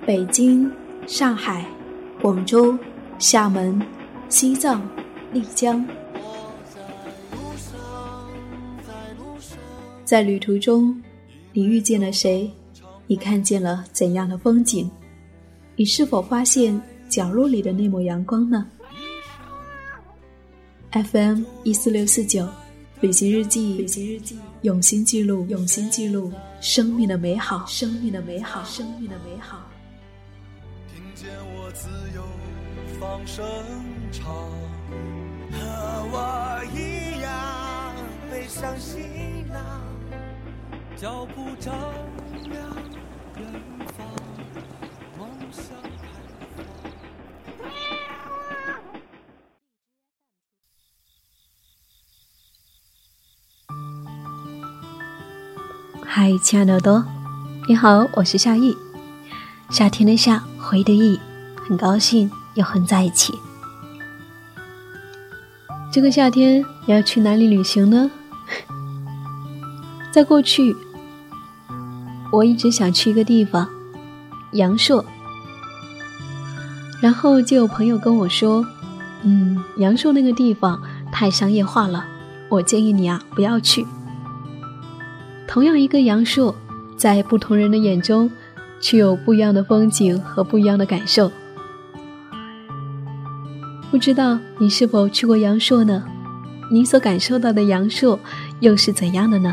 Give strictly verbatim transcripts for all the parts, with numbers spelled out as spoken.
北京、上海、广州、厦门、西藏、丽江。在旅途中，你遇见了谁？你看见了怎样的风景？你是否发现角落里的那抹阳光呢？ F M 一四六四九旅行日记，旅行日记，用心记录，用心记录生命的美好，生命的美好，生命的美好。 听见我自由放声唱，和我一样背上行囊，脚步丈量远方，梦想开放。 嗨，亲爱的耳朵，你好，我是夏意。夏天的夏，回忆的忆，很高兴又和你在一起。这个夏天你要去哪里旅行呢？在过去，我一直想去一个地方，阳朔。然后就有朋友跟我说，嗯，阳朔那个地方太商业化了，我建议你啊不要去。同样一个阳朔，在不同人的眼中却有不一样的风景和不一样的感受。不知道你是否去过阳朔呢？你所感受到的阳朔又是怎样的呢？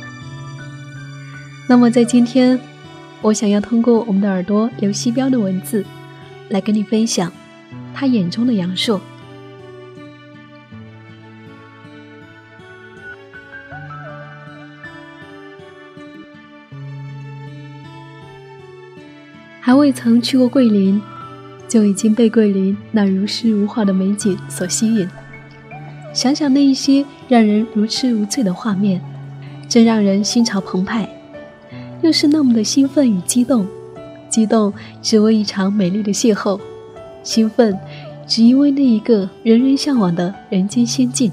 那么在今天，我想要通过我们的耳朵刘西标的文字来跟你分享他眼中的阳朔。还未曾去过桂林，就已经被桂林那如诗如画的美景所吸引。想想那一些让人如痴如醉的画面，真让人心潮澎湃，又是那么的兴奋与激动。激动只为一场美丽的邂逅，兴奋只因为那一个人人向往的人间仙境。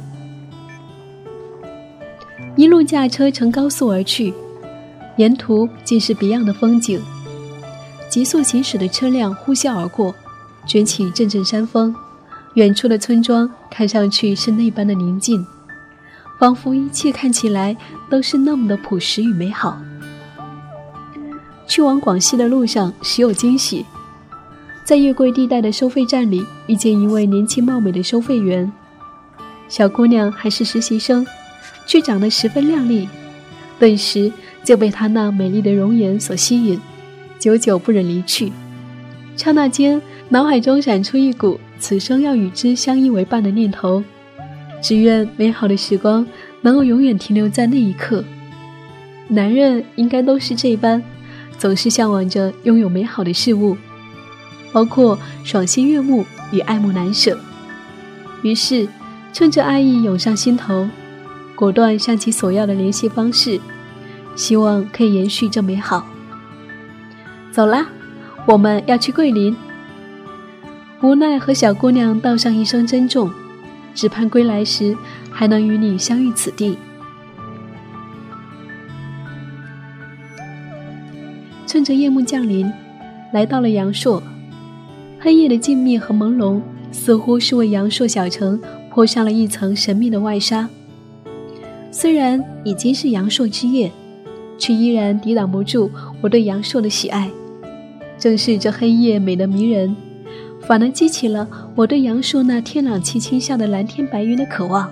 一路驾车乘高速而去，沿途尽是别样的风景。急速行驶的车辆呼啸而过，卷起阵阵山风，远处的村庄看上去是那般的宁静，仿佛一切看起来都是那么的朴实与美好。去往广西的路上时有惊喜，在越贵地带的收费站里遇见一位年轻貌美的收费员，小姑娘还是实习生，却长得十分靓丽，顿时就被她那美丽的容颜所吸引，久久不忍离去。刹那间，脑海中闪出一股此生要与之相依为伴的念头，只愿美好的时光能够永远停留在那一刻。男人应该都是这般，总是向往着拥有美好的事物，包括爽心悦目与爱慕难舍。于是趁着爱意涌上心头，果断向其索要的联系方式，希望可以延续这美好。走啦，我们要去桂林。无奈和小姑娘道上一声珍重，只盼归来时还能与你相遇此地。趁着夜幕降临，来到了阳朔。黑夜的静谧和朦胧，似乎是为阳朔小城泼上了一层神秘的外纱。虽然已经是阳朔之夜，却依然抵挡不住我对阳朔的喜爱。正是这黑夜美得迷人，反而激起了我对阳朔那天朗气清下的蓝天白云的渴望。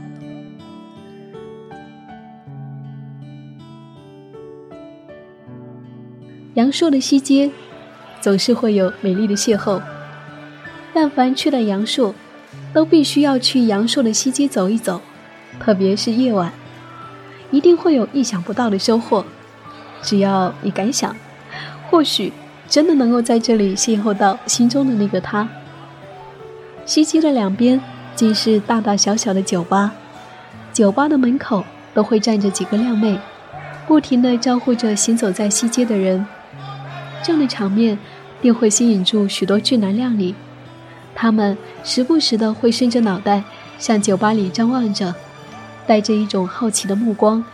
阳朔的西街总是会有美丽的邂逅，但凡去了阳朔，都必须要去阳朔的西街走一走，特别是夜晚，一定会有意想不到的收获。只要你敢想，或许真的能够在这里邂逅到心中的那个他。西街的两边尽是大大小小的酒吧，酒吧的门口都会站着几个靓妹，不停地招呼着行走在西街的人。这样的场面定会吸引住许多俊男靓女，他们时不时地会伸着脑袋向酒吧里张望着，带着一种好奇的目光。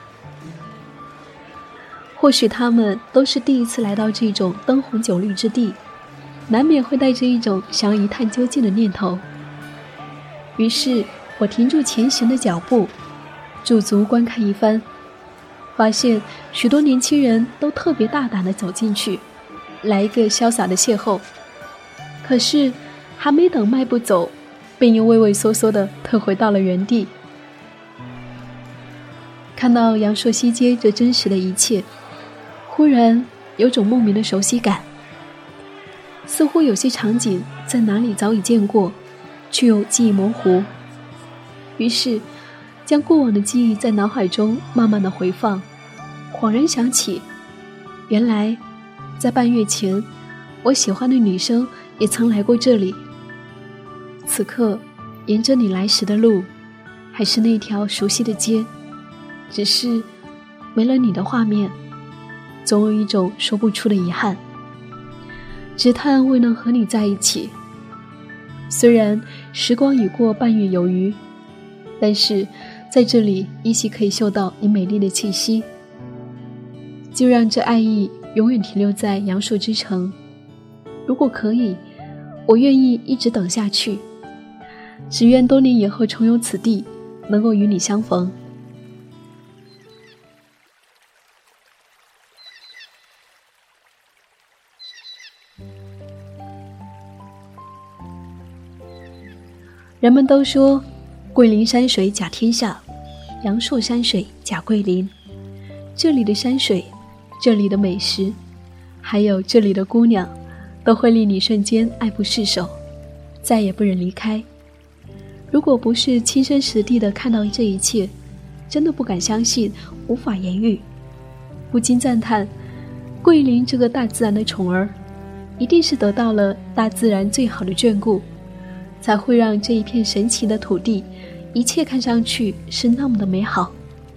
或许他们都是第一次来到这种灯红酒绿之地， 难免会带着一种想要一探究竟的念头。于是我停住前行的脚步，驻足观看一番，发现许多年轻人都特别大胆地走进去，来一个潇洒的邂逅。可是还没等迈步走，便又畏畏缩缩地退回到了原地。看到阳朔西街这真实的一切，忽然有种莫名的熟悉感，似乎有些场景在哪里早已见过，却又记忆模糊。于是将过往的记忆在脑海中慢慢的回放，恍然想起，原来在半月前我喜欢的女生也曾来过这里。此刻沿着你来时的路，还是那条熟悉的街，只是没了你的画面，总有一种说不出的遗憾，只叹未能和你在一起。虽然时光已过半月有余，但是在这里依稀可以嗅到你美丽的气息。就让这爱意永远停留在阳朔之城，如果可以，我愿意一直等下去，只愿多年以后重游此地，能够与你相逢。人们都说桂林山水甲天下，阳朔山水甲桂林。这里的山水，这里的美食，还有这里的姑娘，都会令你瞬间爱不释手，再也不忍离开。如果不是亲身实地的看到这一切，真的不敢相信，无法言喻，不禁赞叹桂林这个大自然的宠儿，一定是得到了大自然最好的眷顾，才会让这一片神奇的土地，一切看上去是那么的美好。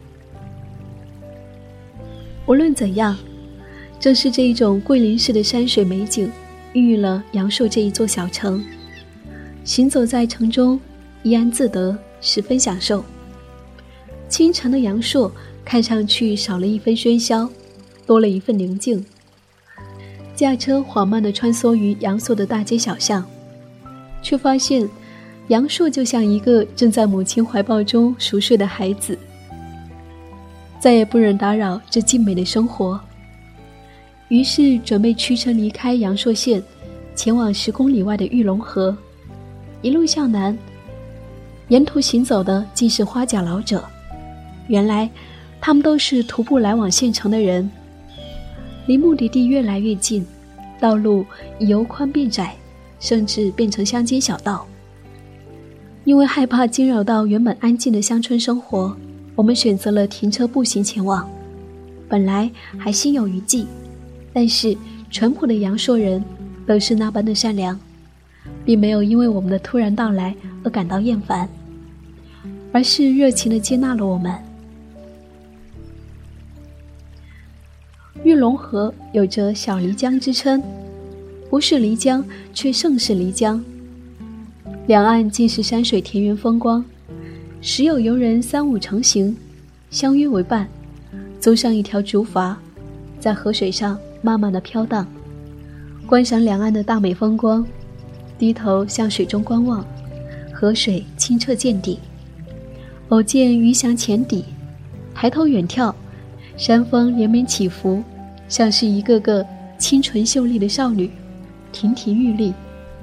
无论怎样，正是这一种桂林式的山水美景，孕育了阳朔这一座小城。行走在城中，怡然自得，十分享受。清晨的阳朔看上去少了一分喧嚣，多了一份宁静。驾车缓慢地穿梭于阳朔的大街小巷，却发现阳朔就像一个正在母亲怀抱中熟睡的孩子，再也不忍打扰这静美的生活。于是准备驱车离开阳朔县，前往十公里外的玉龙河。一路向南，沿途行走的尽是花甲老者，原来他们都是徒步来往县城的人。离目的地越来越近，道路已由宽变窄，甚至变成乡间小道。因为害怕惊扰到原本安静的乡村生活，我们选择了停车步行前往。本来还心有余悸，但是淳朴的阳朔人都是那般的善良，并没有因为我们的突然到来而感到厌烦，而是热情地接纳了我们。玉龙河有着小漓江之称，不是漓江，却胜似漓江。两岸尽是山水田园风光，时有游人三五成行，相约为伴，租上一条竹筏，在河水上慢慢地飘荡，观赏两岸的大美风光，低头向水中观望，河水清澈见底，偶见鱼翔浅底，抬头远眺，山峰连绵起伏，像是一个个清纯秀丽的少女，亭亭玉立。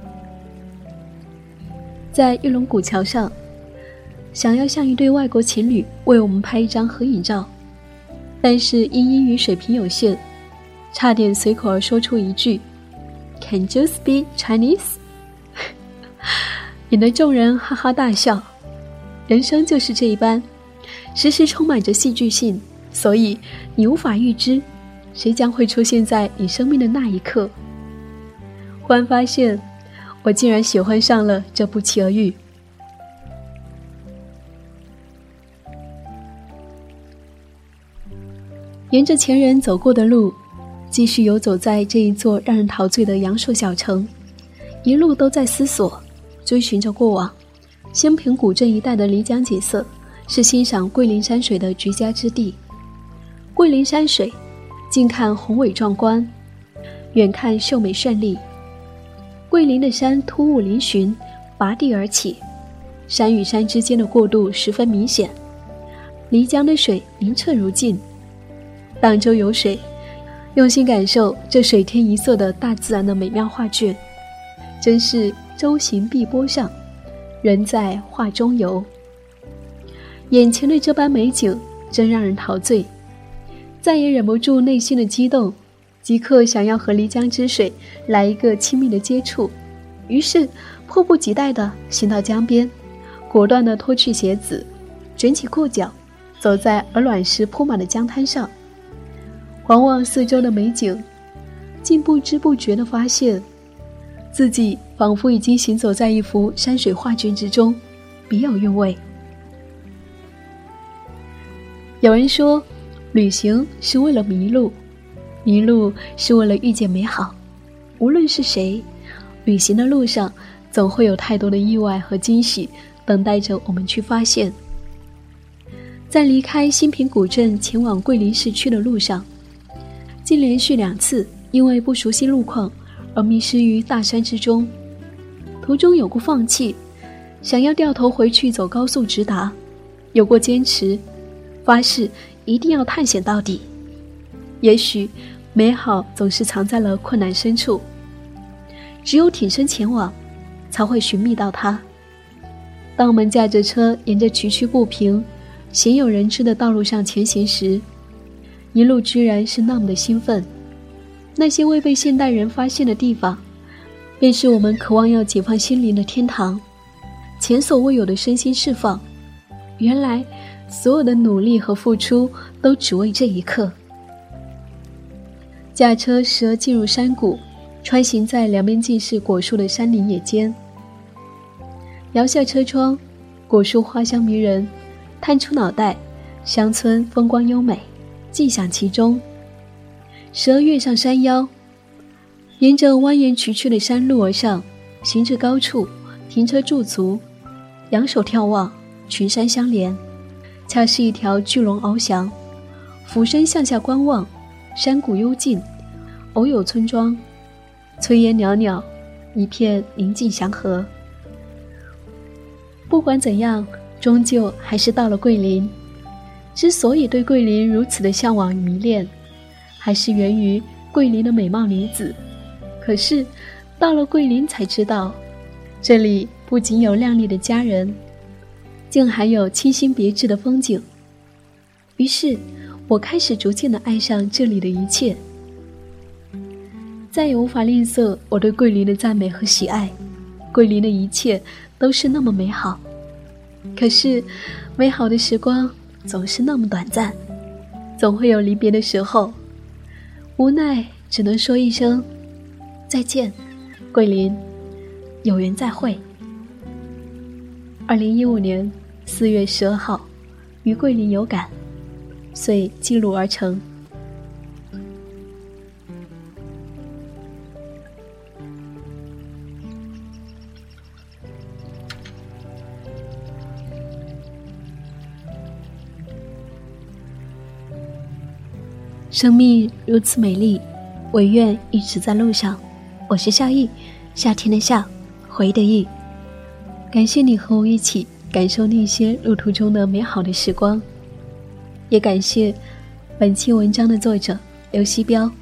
在玉龙古桥上，想要像一对外国情侣为我们拍一张合影照，但是因英语水平有限，差点随口而说出一句 Can you speak Chinese？ 引得众人哈哈大笑。人生就是这一般，时时充满着戏剧性，所以你无法预知谁将会出现在你生命的那一刻。忽然发现我竟然喜欢上了这不期而遇。沿着前人走过的路，继续游走在这一座让人陶醉的阳朔小城，一路都在思索，追寻着过往。兴平古镇一带的漓江景色，是欣赏桂林山水的绝佳之地。桂林山水，近看宏伟壮观，远看秀美绚丽。 桂林的山突兀嶙峋，拔地而起，山与山之间的过渡十分明显。漓江的水明澈如镜，荡舟游水，用心感受这水天一色的大自然的美妙画卷，真是舟行碧波上，人在画中游。眼前的这般美景真让人陶醉，再也忍不住内心的激动，即刻想要和漓江之水来一个亲密的接触，于是迫不及待地行到江边，果断地脱去鞋子，卷起裤脚，走在鹅卵石铺满的江滩上，环望四周的美景，竟不知不觉地发现自己仿佛已经行走在一幅山水画卷之中，别有韵味。有人说，旅行是为了迷路，迷路是为了遇见美好。无论是谁，旅行的路上总会有太多的意外和惊喜等待着我们去发现。在离开新平古镇前往桂林市区的路上，竟连续两次因为不熟悉路况而迷失于大山之中。途中有过放弃，想要掉头回去走高速直达，有过坚持，发誓一定要探险到底。也许美好总是藏在了困难深处，只有挺身前往，才会寻觅到它。当我们驾着车沿着崎岖不平、鲜有人知的道路上前行时，一路居然是那么的兴奋。那些未被现代人发现的地方，便是我们渴望要解放心灵的天堂，前所未有的身心释放。原来所有的努力和付出都只为这一刻。驾车时而进入山谷，穿行在两边尽是果树的山林野间，摇下车窗，果树花香迷人，探出脑袋，乡村风光优美，尽享其中。时而跃上山腰，沿着蜿蜒崎岖的山路而上，行至高处停车驻足，仰首眺望，群山相连，恰是一条巨龙翱翔。俯身向下观望，山谷幽静，偶有村庄，炊烟袅袅，一片宁静祥和。不管怎样，终究还是到了桂林。之所以对桂林如此的向往与迷恋，还是源于桂林的美貌女子。可是到了桂林才知道，这里不仅有靓丽的佳人，竟还有清新别致的风景。于是我开始逐渐地爱上这里的一切，再也无法吝啬我对桂林的赞美和喜爱。桂林的一切都是那么美好，可是美好的时光总是那么短暂，总会有离别的时候，无奈只能说一声再见，桂林，有缘再会。二零一五年四月十二号，于桂林有感，遂记录而成。生命如此美丽，唯愿一直在路上。我是夏意，夏天的夏，回忆的忆。感谢你和我一起感受那些路途中的美好的时光，也感谢本期文章的作者刘西标。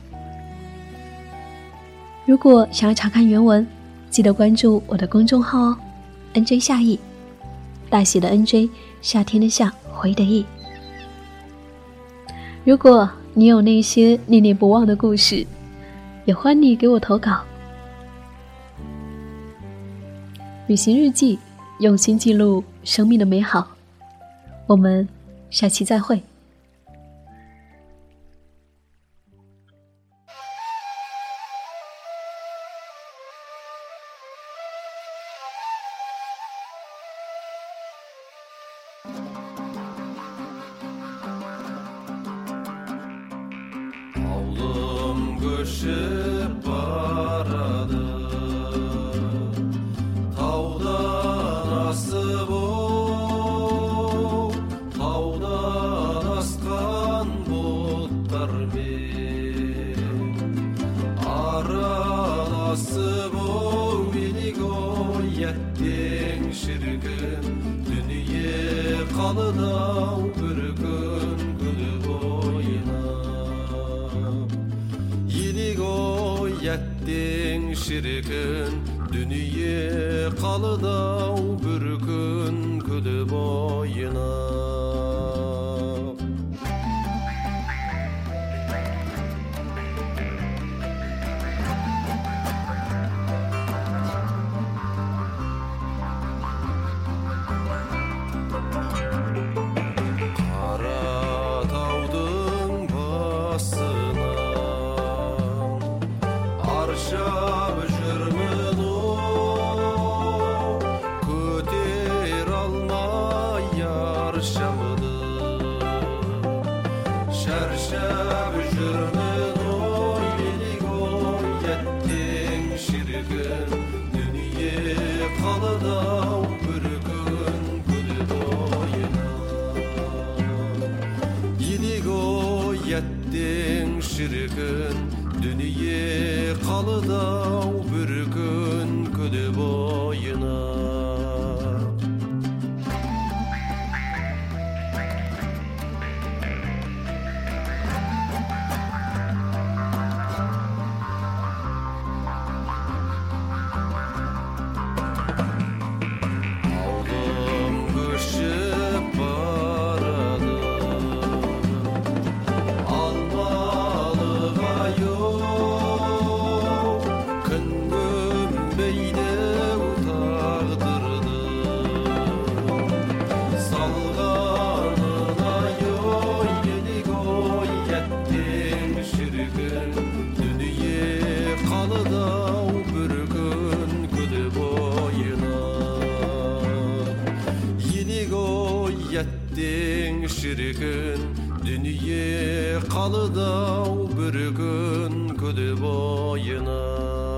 如果想要查看原文，记得关注我的公众号哦 N J 夏意，大写的 N J， 夏天的夏，回忆的忆。如果你有那些念念不忘的故事，也欢迎给我投稿。旅行日记，用心记录生命的美好。我们下期再会。 Ağlım göçüp baradı, tağdan asıp o, tağdan askan bulutlar bir, aran asıp o шіркін дүние қалыдау бір күн күліп ойнап. Қаратаудың басынан аршап жүрмін оу, көтер алмай аршамды. Шаршап жүрмін ой, елік ой, еттің шіркін дүние қалыдау бір күн күліп ойнап. Елік ой, еттің шіркін дүние қалыдау бір күн күліп ойнап. Ауылым көшіп барады алмалыға ай-оу, күн көмбейді тағдырды салғанын ай-ой, елік ой, еттің шіркін дүние қалыдау бір күн күліп ойнап. Елік ой, еттің шіркін дүние қалыдау бір күн күліп ойнап.